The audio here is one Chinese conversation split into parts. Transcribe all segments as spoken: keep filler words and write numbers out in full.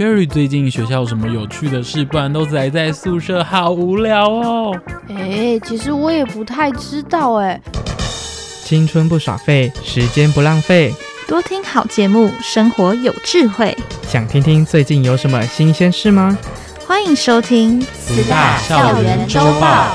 Cherry 最近学校有什么有趣的事？不然都宅在宿舍好无聊哦。 哎，其实我也不太知道哎。 青春不耍废，时间不浪费， 多听好节目，生活有智慧。 想听听最近有什么新鲜事吗？ 欢迎收听慈大校园周报。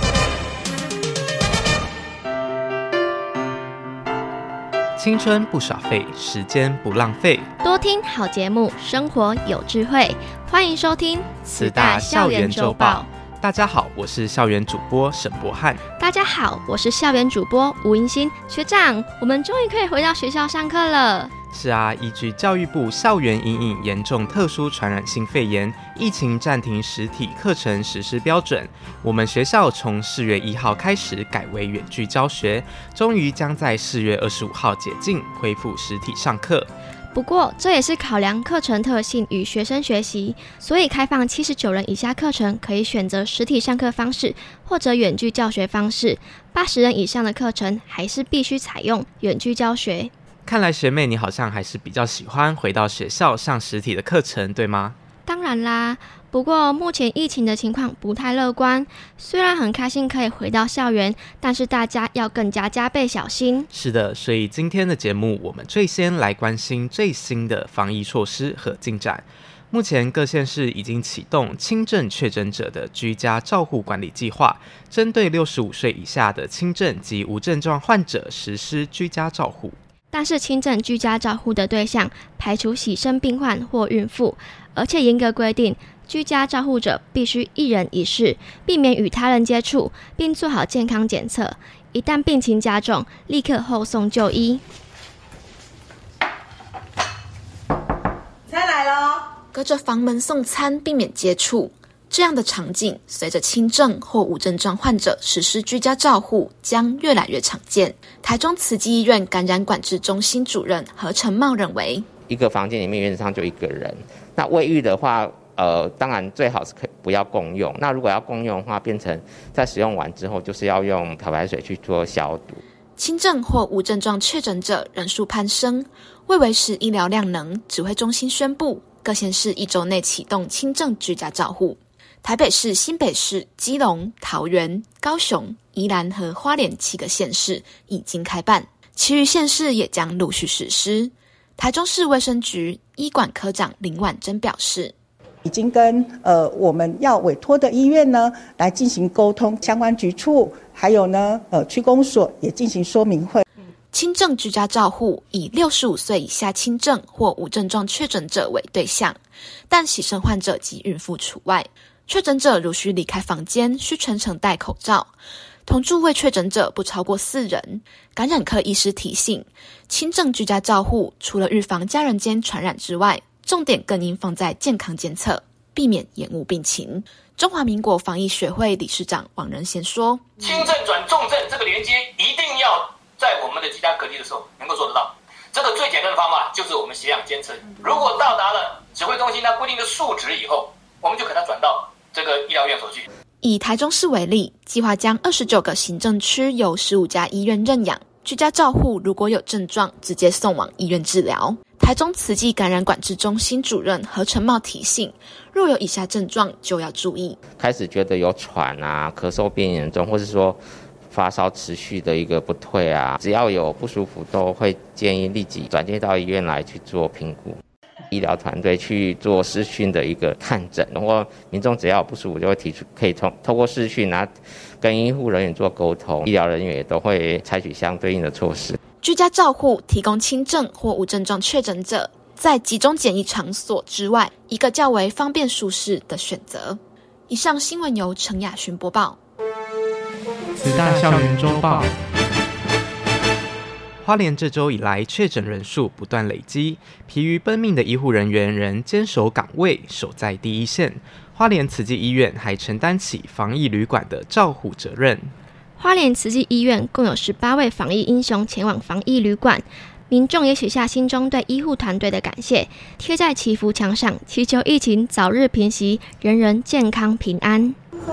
青春不耍废，时间不浪费， 多听好节目，生活有智慧。欢迎收听慈大校园周报。大家好，我是校园主播沈博翰。 大家好，我是校园主播吴盈欣。学长，我们终于可以回到学校上课了。 是啊，依据教育部校园因应严重特殊传染性肺炎疫情暂停实体课程实施标准，我们学校从四月一号开始改为远距教学，终于将在四月二十五号解禁，恢复实体上课。 不过，这也是考量课程特性与学生学习，所以开放七十九人以下课程可以选择实体上课方式或者远距教学方式，八十人以上的课程还是必须采用远距教学。 看来学妹你好像还是比较喜欢回到学校上实体的课程，对吗？ 当然啦，不过目前疫情的情况不太乐观，虽然很开心可以回到校园，但是大家要更加加倍小心。 是的，所以今天的节目我们最先来关心最新的防疫措施和进展。目前各县市已经启动轻症确诊者的居家照护管理计划，针对六十五岁以下的轻症及无症状患者实施居家照护。 但是轻症居家照护的对象排除洗肾病患或孕妇，而且严格规定居家照护者必须一人一室，避免与他人接触，并做好健康检测，一旦病情加重立刻后送就医。 餐来咯， 隔着房门送餐，避免接触，这样的场景随着轻症或无症状患者实施居家照护将越来越常见。台中慈济医院感染管制中心主任何成茂认为， 一个房间里面原则上就一个人，那卫浴的话呃，当然最好是可以不要共用，那如果要共用的话，变成在使用完之后就是要用漂白水去做消毒。 轻症或无症状确诊者人数攀升，为维持医疗量能，指挥中心宣布各县市一周内启动轻症居家照护。台北市、新北市、基隆、桃园、高雄、宜兰和花莲七个县市已经开办，其余县市也将陆续实施。台中市卫生局医管科长林婉珍表示， 已经跟呃我们要委托的医院呢来进行沟通，相关局处还有呢呃区公所也进行说明会。 轻症居家照护以六十五岁以下轻症或无症状确诊者为对象，但洗肾患者及孕妇除外。确诊者如需离开房间，需全程戴口罩。同住未确诊者不超过四人。感染科医师提醒，轻症居家照护除了预防家人间传染之外，重点更应放在健康监测，避免延误病情。中华民国防疫学会理事长王仁贤说， 轻症转重症这个连接一定要在我们的居家隔离的时候能够做得到。这个最简单的方法就是我们血氧监测，如果到达了指挥中心它规定的数值以后，我们就给它转到这个医疗院所去。 以台中市为例，计划将二十九个行政区由十五家医院认养，居家照护如果有症状，直接送往医院治疗。台中慈济感染管制中心主任何成茂提醒，若有以下症状就要注意。 开始觉得有喘啊、咳嗽变严重，或是说发烧持续的一个不退啊，只要有不舒服都会建议立即转接到医院来去做评估。医疗团队去做视讯的一个看诊，然后民众只要有不舒服就会提出，可以从透过视讯啊跟医护人员做沟通，医疗人员也都会采取相对应的措施。 居家照护提供轻症或无症状确诊者在集中检疫场所之外一个较为方便舒适的选择。以上新闻由陈雅勋播报。 慈大校园周报。 花莲这周以来确诊人数不断累积，疲于奔命的医护人员仍坚守岗位，守在第一线。花莲慈济医院还承担起防疫旅馆的照护责任。 花莲慈济医院共有十八位防疫英雄前往防疫旅馆，民众也写下心中对医护团队的感谢，贴在祈福墙上，祈求疫情早日平息，人人健康平安。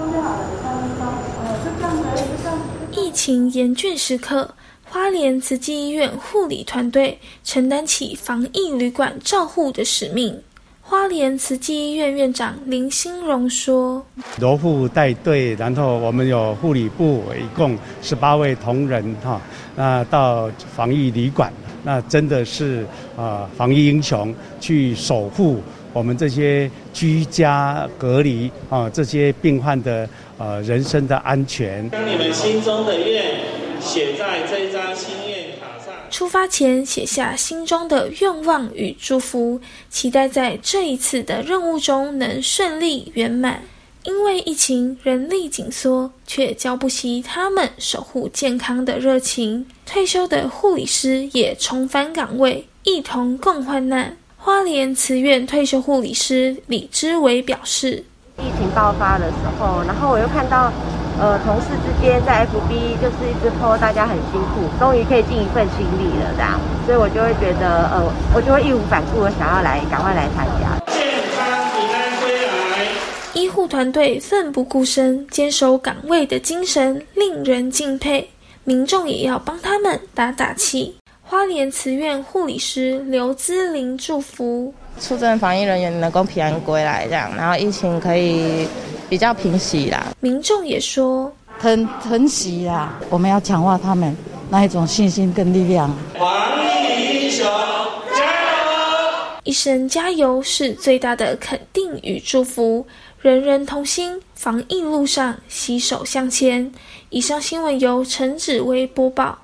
疫情严峻时刻，花莲慈济医院护理团队承担起防疫旅馆照护的使命。 花莲慈济医院院长林兴荣说： 罗护带队，然后我们有护理部，一共十八位同仁哈，那到防疫旅馆，那真的是啊、呃、防疫英雄，去守护我们这些居家隔离啊、呃、这些病患的呃人身的安全。 将你们心中的愿写在这张心愿卡上。 出发前写下心中的愿望与祝福，期待在这一次的任务中能顺利圆满。因为疫情人力紧缩，却浇不熄他们守护健康的热情。退休的护理师也重返岗位，一同共患难。花莲慈院退休护理师李之维表示： 疫情爆发的时候，然后我又看到呃，同事之间在 F B 就是一直 po 大家很辛苦，终于可以尽一份心力了，这样，所以我就会觉得，呃，我就会义无反顾的想要来，赶快来参加。 健康平安归来。 医护团队奋不顾身、坚守岗位的精神令人敬佩，民众也要帮他们打打气。花莲慈院护理师刘姿玲祝福出征防疫人员能够平安归来，这样，然后疫情可以比较平息啦。 民众也说很疼惜啦，我们要强化他们那一种信心跟力量。 防疫英雄加油！ 一声加油是最大的肯定与祝福，人人同心，防疫路上携手向前。以上新闻由陈芷薇播报。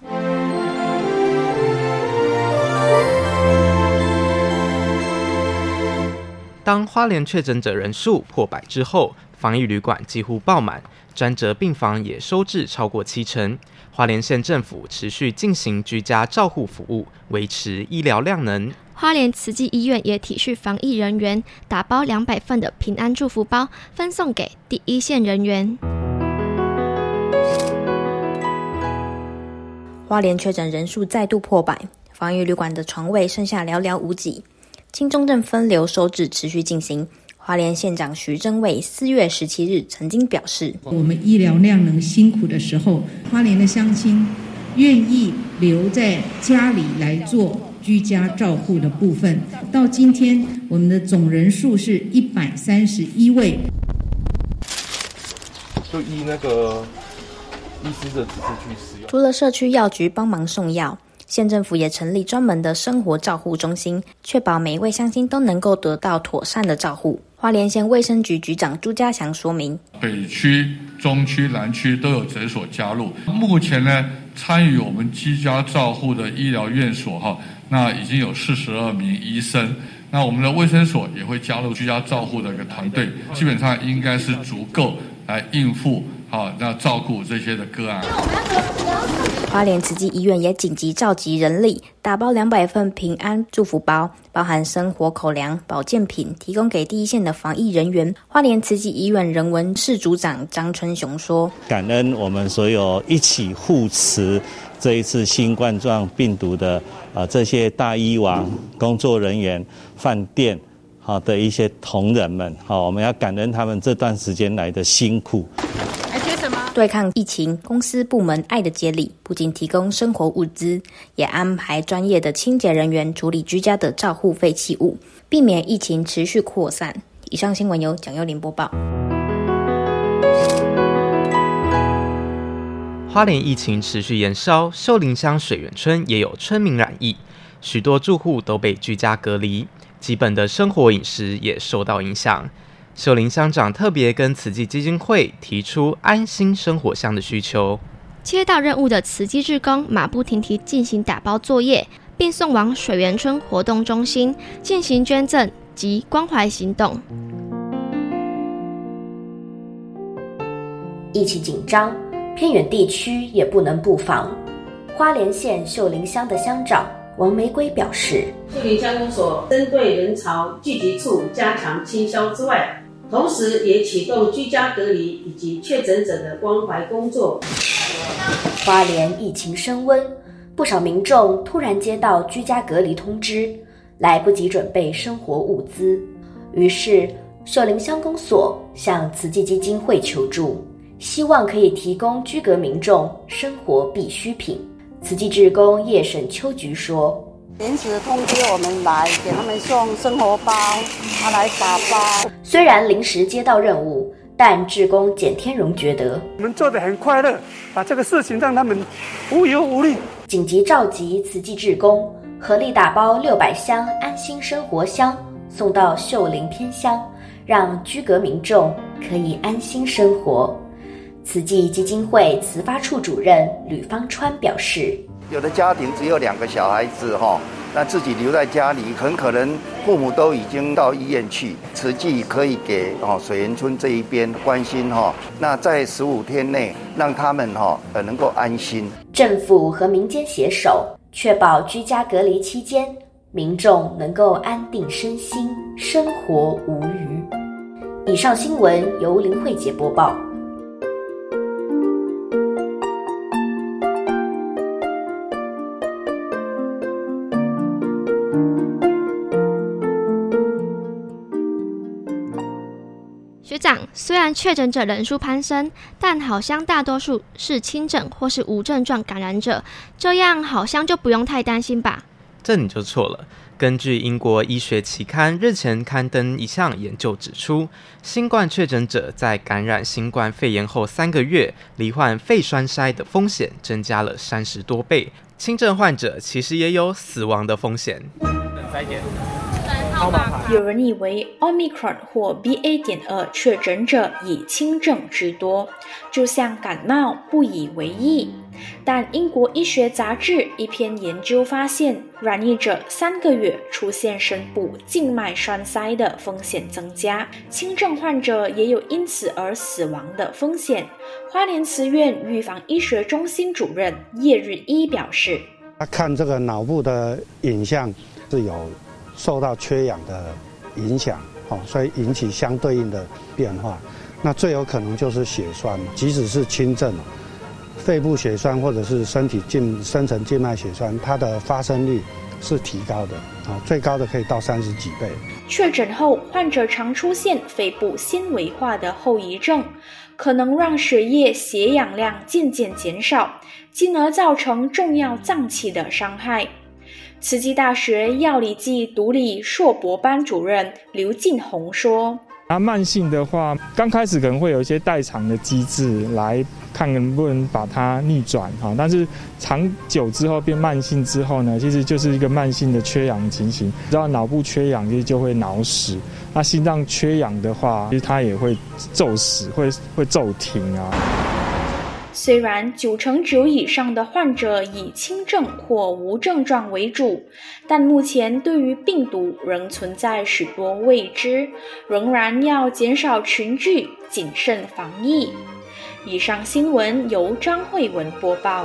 当花莲确诊者人数破百之后，防疫旅馆几乎爆满，专责病房也收治超过七成。花莲县政府持续进行居家照护服务，维持医疗量能。 花莲慈济医院也体恤防疫人员，打包两百份的平安祝福包，分送给第一线人员。 花莲确诊人数再度破百，防疫旅馆的床位剩下寥寥无几。轻重症分流收治持续进行。花莲县长徐正伟四月十七日曾经表示， 我们医疗量能辛苦的时候，花莲的乡亲愿意留在家里来做居家照护的部分。到今天，我们的总人数是一百三十一位。 就依那个医师的指示去使用。 除了社区药局帮忙送药，县政府也成立专门的生活照护中心，确保每一位乡亲都能够得到妥善的照护。花莲县卫生局局长朱家祥说明， 北区、中区、南区都有诊所加入。目前呢，参与我们居家照护的医疗院所哈，那已经有四十二名医生。那我们的卫生所也会加入居家照护的一个团队，基本上应该是足够来应付好那照顾这些的个案。 花莲慈济医院也紧急召集人力，打包两百份平安祝福包，包含生活口粮、保健品，提供给第一线的防疫人员。花莲慈济医院人文室组长张春雄说：“ 感恩我们所有一起护持这一次新冠状病毒的呃这些大医王、工作人员、饭店好的一些同仁们，好，我们要感恩他们这段时间来的辛苦。” 对抗疫情，公司部门爱的接力不仅提供生活物资，也安排专业的清洁人员处理居家的照护废弃物，避免疫情持续扩散。以上新闻由蒋佑林播报。 花莲疫情持续延烧，秀林乡水源村也有村民染疫，许多住户都被居家隔离，基本的生活饮食也受到影响。秀林乡长特别跟慈济基金会提出安心生活乡的需求。 接到任务的慈济志工马不停蹄进行打包作业，并送往水源村活动中心进行捐赠及关怀行动。 疫情紧张，偏远地区也不能不防。花莲县秀林乡的乡长王玫瑰表示， 秀林乡公所针对人潮聚集处加强清消之外，同时也启动居家隔离以及确诊者的关怀工作。 花莲疫情升温，不少民众突然接到居家隔离通知，来不及准备生活物资，于是秀林乡公所向慈济基金会求助，希望可以提供居隔民众生活必需品。慈济志工叶沈秋菊说， 临时通知我们来给他们送生活包， 他来打包。 虽然临时接到任务，但志工简天荣觉得我们做得很快乐，把这个事情让他们无忧无虑。 紧急召集慈济志工，合力打包六百箱安心生活箱，送到秀林偏乡，让居隔民众可以安心生活。慈济基金会慈发处主任吕方川表示， 有的家庭只有两个小孩子哈，那自己留在家里，很可能父母都已经到医院去。慈济可以给哦水源村这一边关心哈，那在十五天内让他们哈呃能够安心。 政府和民间携手，确保居家隔离期间民众能够安定身心，生活无虞。以上新闻由林慧杰播报。 学长，虽然确诊者人数攀升，但好像大多数是轻症或是无症状感染者，这样好像就不用太担心吧？ 这你就错了。根据英国医学期刊日前刊登一项研究指出，新冠确诊者在感染新冠肺炎后三个月，罹患肺栓塞的风险增加了三十多倍。轻症患者其实也有死亡的风险。 有人以为 Omicron 或 B A 点二 确诊者以轻症居多，就像感冒不以为意。但英国医学杂志一篇研究发现，染疫者三个月出现深部静脉栓塞的风险增加，轻症患者也有因此而死亡的风险。花莲慈院预防医学中心主任叶日一表示， 他看这个脑部的影像是有受到缺氧的影响，所以引起相对应的变化。那最有可能就是血栓，即使是轻症，肺部血栓或者是身体静深层静脉血栓，它的发生率是提高的，最高的可以到三十几倍。 确诊后，患者常出现肺部纤维化的后遗症，可能让血液血氧量渐渐减少，进而造成重要脏器的伤害。慈济大学药理系独立硕博班主任刘进宏说， 那慢性的话，刚开始可能会有一些代偿的机制来看能不能把它逆转，但是长久之后变慢性之后呢，其实就是一个慢性的缺氧情形。只要脑部缺氧，其实就会脑死。那心脏缺氧的话，其实它也会骤死，会会骤停啊。 虽然九成九以上的患者以轻症或无症状为主，但目前对于病毒仍存在许多未知，仍然要减少群聚，谨慎防疫。以上新闻由张慧文播报。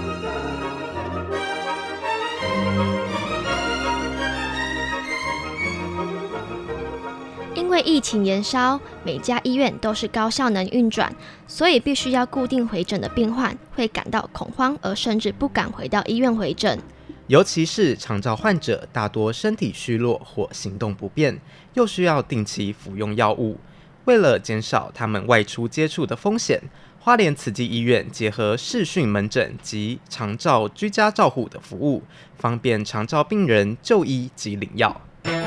因为疫情延烧，每家医院都是高效能运转，所以必须要固定回诊的病患会感到恐慌，而甚至不敢回到医院回诊。 尤其是长照患者，大多身体虚弱或行动不便，又需要定期服用药物。为了减少他们外出接触的风险，花莲慈济医院结合视讯门诊及长照居家照护的服务，方便长照病人就医及领药。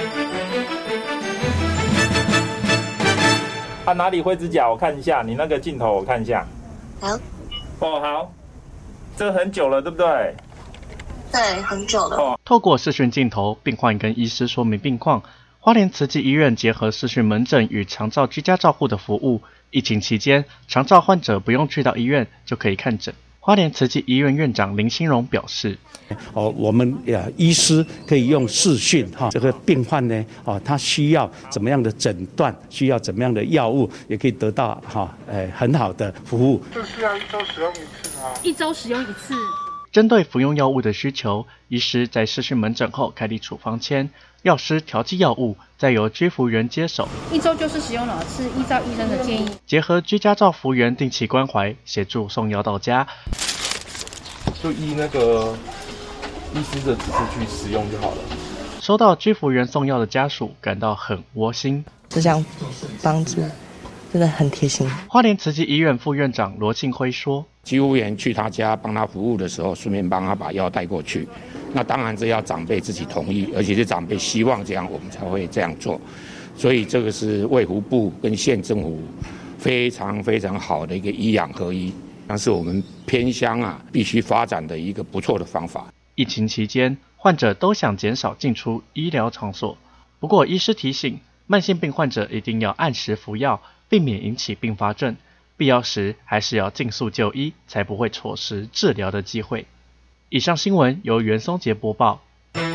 啊，哪里灰指甲？我看一下，你那个镜头我看一下。 好。 哦，好。这很久了，对不对？ 对，很久了。哦、 透过视讯镜头，病患跟医师说明病况。花莲慈济医院结合视讯门诊与长照居家照护的服务，疫情期间，长照患者不用去到医院就可以看诊。花莲慈济医院院长林兴荣表示：“ 哦，我们呀，医师可以用视讯哈，这个病患呢，哦，他需要怎么样的诊断，需要怎么样的药物，也可以得到哈，哎，很好的服务。 这是要一周使用一次吗？ 一周使用一次。 针对服用药物的需求，医师在视讯门诊后开立处方签，药师调剂药物，再由居服员接手。 一周就是使用两次，依照医生的建议。 结合居家照服员定期关怀，协助送药到家。 就依那个医师的指示去使用就好了。 收到居服员送药的家属感到很窝心， 这项帮助真的很贴心。 花莲慈济医院副院长罗庆辉说：“ 居服员去他家帮他服务的时候，顺便帮他把药带过去。”那当然，这要长辈自己同意，而且是长辈希望这样，我们才会这样做。 所以这个是卫福部跟县政府非常非常好的一个医养合一，那是我们偏乡啊必须发展的一个不错的方法。 疫情期间，患者都想减少进出医疗场所，不过医师提醒，慢性病患者一定要按时服药，避免引起并发症，必要时还是要尽速就医，才不会错失治疗的机会。以上新闻由袁松杰播报。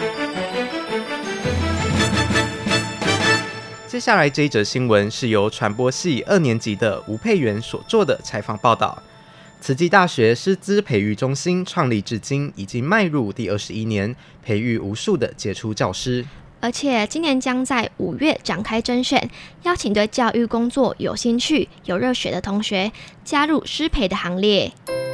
接下来这一则新闻是由传播系二年级的吴佩元所做的采访报道。慈济大学师资培育中心创立至今已经迈入第二十一年，培育无数的杰出教师。 而且今年将在五月展开甄选，邀请对教育工作有兴趣、有热血的同学加入师培的行列。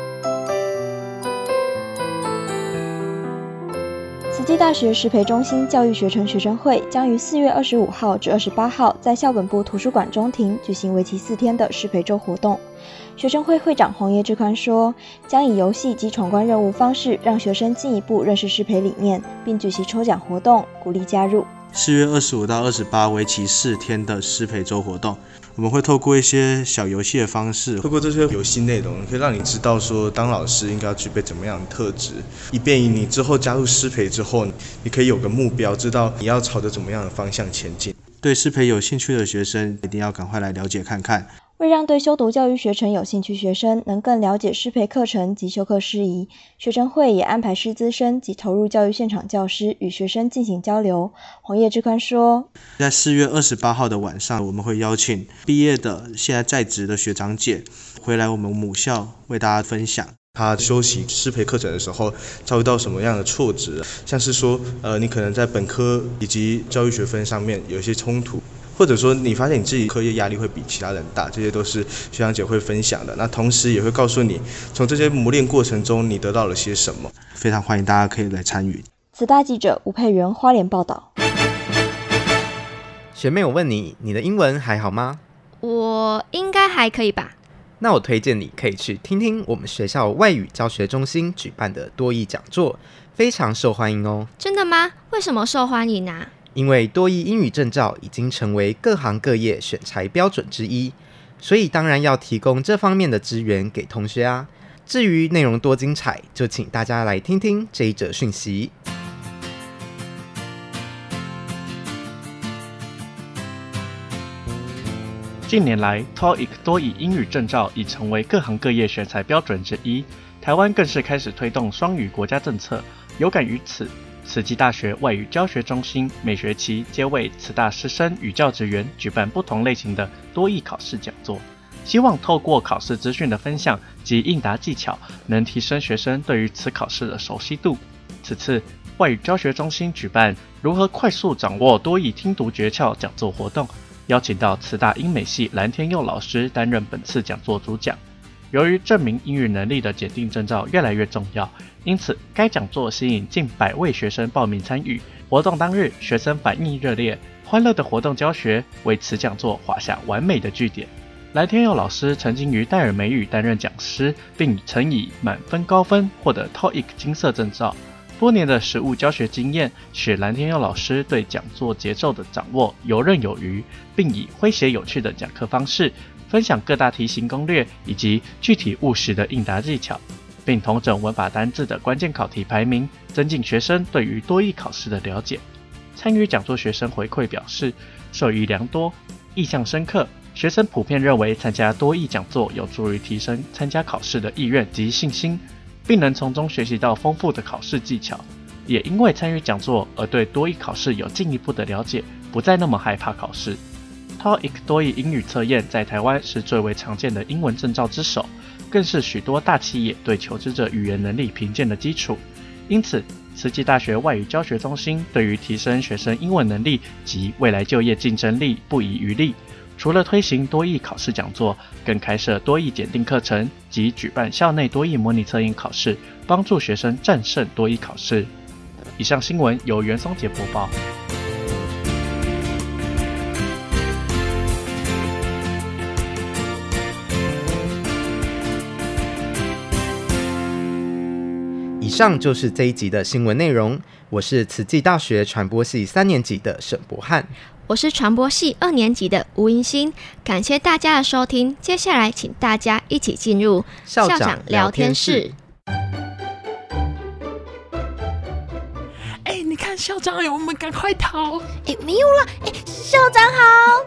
慈济大学师培中心教育学程学生会将于四月二十五号至二十八号在校本部图书馆中庭举行为期四天的师培周活动。学生会会长黄叶志宽说，将以游戏及闯关任务方式，让学生进一步认识师培理念，并举行抽奖活动，鼓励加入。 四月二十五到二十八为期四天的师培周活动，我们会透过一些小游戏的方式，透过这些游戏内容，可以让你知道说当老师应该要具备怎么样的特质，以便于你之后加入师培之后，你可以有个目标，知道你要朝着怎么样的方向前进。对师培有兴趣的学生，一定要赶快来了解看看。 为让对修读教育学程有兴趣学生能更了解师培课程及修课事宜，学生会也安排师资生及投入教育现场教师与学生进行交流。黄叶志宽说， 在四月二十八号的晚上，我们会邀请毕业的现在在职的学长姐回来我们母校为大家分享他修习师培课程的时候遭遇到什么样的挫折，像是说呃，你可能在本科以及教育学分上面有一些冲突，或者说你发现你自己课业压力会比其他人大，这些都是学长姐会分享的。那同时也会告诉你，从这些磨练过程中你得到了些什么。非常欢迎大家可以来参与。 慈大记者吴佩元花莲报道。 学妹，我问你，你的英文还好吗？ 我应该还可以吧。 那我推荐你可以去听听我们学校外语教学中心举办的多益讲座，非常受欢迎哦。 真的吗？为什么受欢迎啊？ 因为多益英语证照已经成为各行各业选材标准之一，所以当然要提供这方面的资源给同学啊。至于内容多精彩，就请大家来听听这一则讯息。 近年来 ，T O E I C 多益英语证照已成为各行各业选材标准之一，台湾更是开始推动双语国家政策。有感于此，慈济大学外语教学中心每学期皆为慈大师生与教职员举办不同类型的多益考试讲座，希望透过考试资讯的分享及应答技巧，能提升学生对于此考试的熟悉度。此次外语教学中心举办如何快速掌握多益听读诀窍讲座活动，邀请到慈大英美系蓝天佑老师担任本次讲座主讲。由于证明英语能力的检定证照越来越重要，因此该讲座吸引近百位学生报名参与。活动当日，学生反应热烈，欢乐的活动教学为此讲座画下完美的句点。蓝天佑老师曾经于戴尔美语担任讲师，并曾以满分高分获得 T O E I C 金色证照。多年的实务教学经验使蓝天佑老师对讲座节奏的掌握游刃有余，并以诙谐有趣的讲课方式分享各大题型攻略以及具体务实的应答技巧，并统整文法单字的关键考题排名，增进学生对于多益考试的了解。参与讲座学生回馈表示，受益良多，印象深刻。学生普遍认为参加多益讲座有助于提升参加考试的意愿及信心，并能从中学习到丰富的考试技巧，也因为参与讲座而对多益考试有进一步的了解，不再那么害怕考试。T O E I C 多益英语测验在台湾是最为常见的英文证照之首，更是许多大企业对求职者语言能力评鉴的基础。因此，慈济大学外语教学中心对于提升学生英文能力及未来就业竞争力不遗余力。除了推行多益考试讲座，更开设多益检定课程及举办校内多益模拟测验考试，帮助学生战胜多益考试。以上新闻由袁松杰播报。 以上就是这一集的新闻内容，我是慈济大学传播系三年级的沈博翰， 我是传播系二年级的吴银欣，感谢大家的收听。接下来请大家一起进入校长聊天室。 哎，你看校长，我们赶快逃！ 哎，没有了，哎，校长好。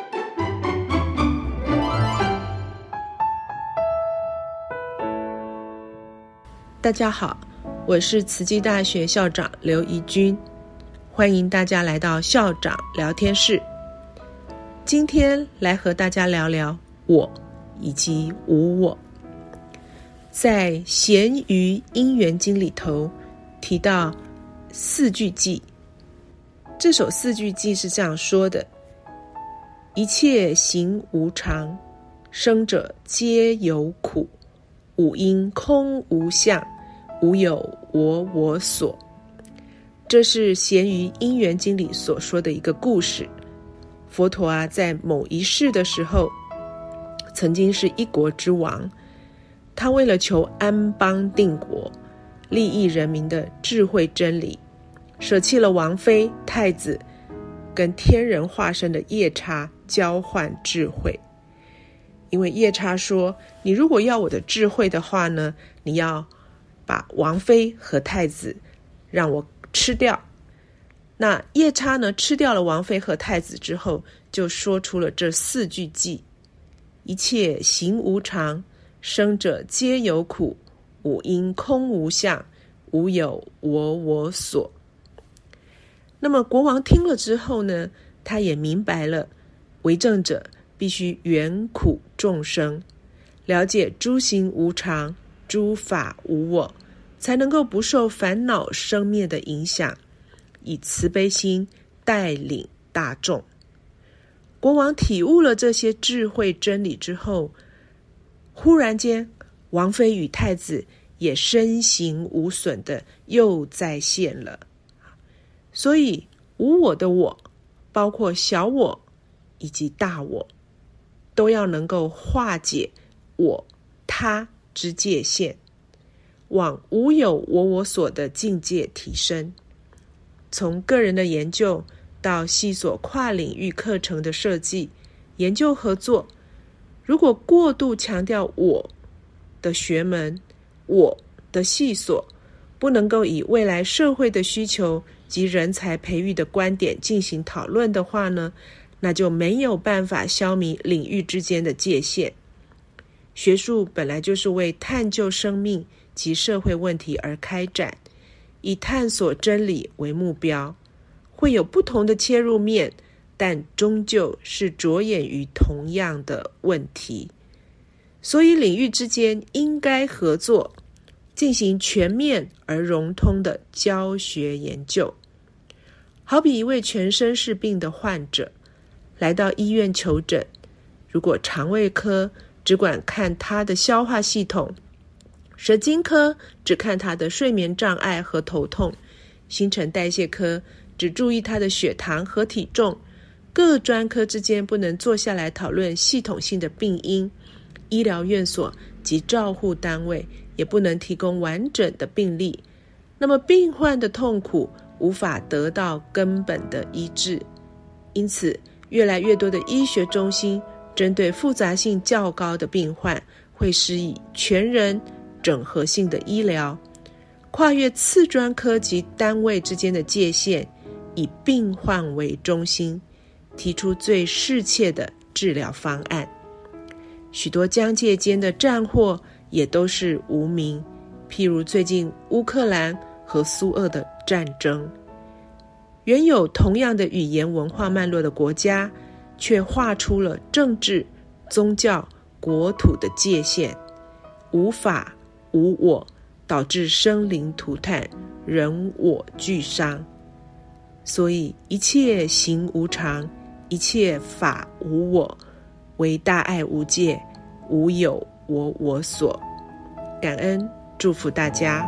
大家好，我是慈济大学校长刘怡君，欢迎大家来到校长聊天室。今天来和大家聊聊我以及无我。在《闲余因缘经》里头提到四句偈，这首四句偈是这样说的：一切行无常，生者皆有苦，五阴空无相，无有我我所。这是《闲余因缘经》里所说的一个故事。佛陀啊，在某一世的时候，曾经是一国之王，他为了求安邦定国、利益人民的智慧真理，舍弃了王妃、太子，跟天人化身的夜叉交换智慧。因为夜叉说，你如果要我的智慧的话呢，你要把王妃和太子让我吃掉。那夜叉呢，吃掉了王妃和太子之后，就说出了这四句偈：一切行无常，生者皆有苦，五阴空无相，无有我我所。那么国王听了之后呢，他也明白了，为政者必须远苦众生，了解诸行无常，诸法无我，才能够不受烦恼生灭的影响，以慈悲心带领大众。国王体悟了这些智慧真理之后，忽然间王妃与太子也身形无损的又再现了。所以无我的我，包括小我以及大我，都要能够化解我他之界限，往无有我我所的境界提升。从个人的研究到系所跨领域课程的设计、研究合作，如果过度强调我的学门、我的系所，不能够以未来社会的需求及人才培育的观点进行讨论的话呢，那就没有办法消弭领域之间的界限。学术本来就是为探究生命及社会问题而开展，以探索真理为目标，会有不同的切入面，但终究是着眼于同样的问题。所以领域之间应该合作，进行全面而融通的教学研究。好比一位全身是病的患者来到医院求诊，如果肠胃科只管看他的消化系统，神经科只看他的睡眠障碍和头痛，新陈代谢科只注意他的血糖和体重，各专科之间不能坐下来讨论系统性的病因，医疗院所及照护单位也不能提供完整的病例，那么病患的痛苦无法得到根本的医治。因此越来越多的医学中心针对复杂性较高的病患，会施以全人整合性的医疗，跨越次专科及单位之间的界限，以病患为中心，提出最适切的治疗方案。许多疆界间的战祸也都是无名，譬如最近乌克兰和苏俄的战争，原有同样的语言文化脉络的国家，却划出了政治、宗教、国土的界限，无法无我，导致生灵涂炭，人我俱伤。所以一切行无常，一切法无我，唯大爱无界，无有我我所。感恩，祝福大家。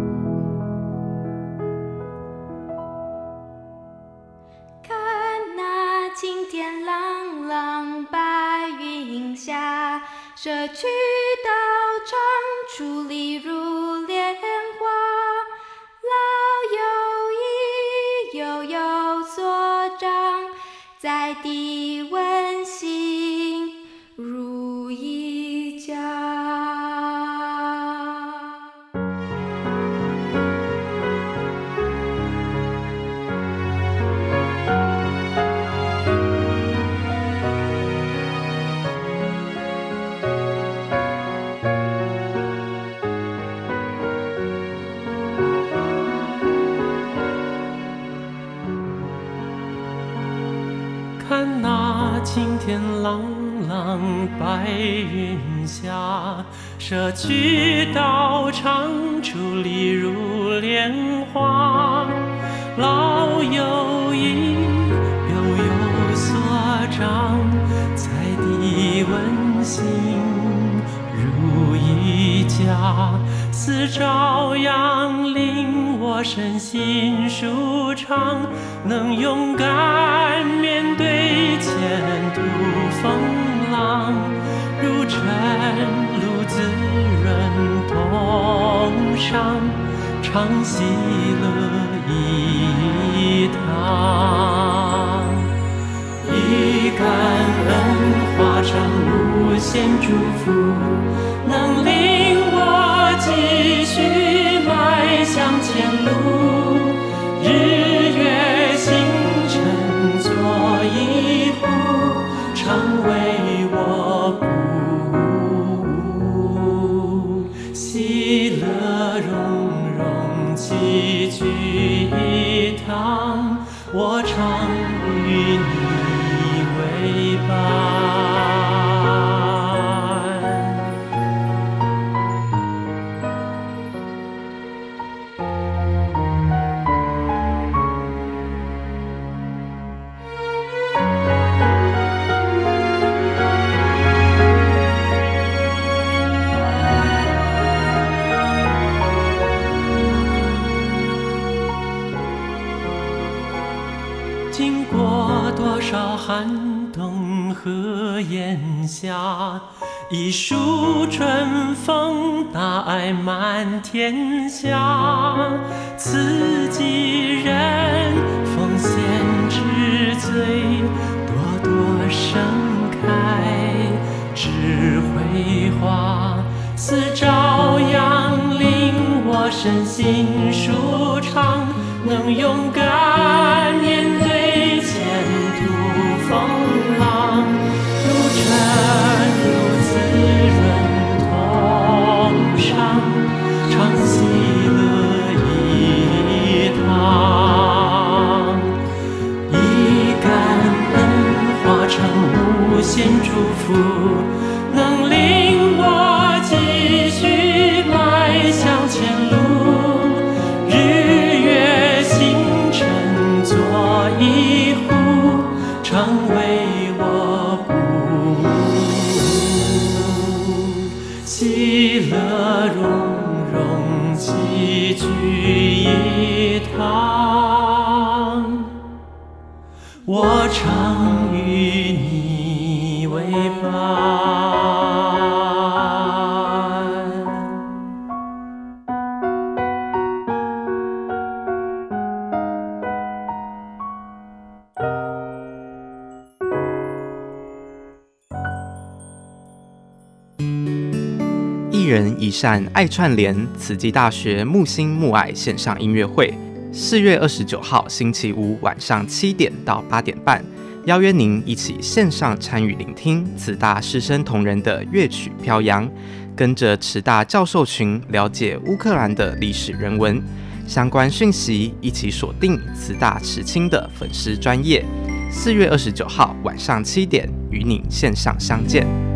看那社区道场矗立如莲花，老友谊悠有所长，在地温馨如一家。 看那青天朗朗白云下，社区道场矗立如莲花，老友谊悠有所长，在地温馨如一家，似朝阳令我身心舒畅，能勇敢面对前途风浪，如晨露滋润同上，常喜乐一堂，以感恩化成无限祝福，能令我继续迈向前路，日月星辰作一壶，常为我补，喜乐融融齐聚一堂，我常与你为伴。经过多少寒冬和炎夏，一树春风，大爱满天下，慈济人奉献之最，朵朵盛开智慧花，似朝阳令我身心舒畅，能勇敢面对前途风浪，如晨露滋润同上，常喜乐一堂，以感恩化成无限祝福，能令我继续迈向前路，日月星辰作一壶，常为我补，喜乐融融齐聚一堂，我常与你为伴。 一人一善爱串联，慈济大学木星木爱线上音乐会，四月二十九号星期五晚上七点到八点半，邀约您一起线上参与聆听慈大师生同仁的乐曲飘扬，跟着慈大教授群了解乌克兰的历史人文相关讯息，一起锁定慈大慈青的粉丝专页。四月二十九号晚上七点，与您线上相见。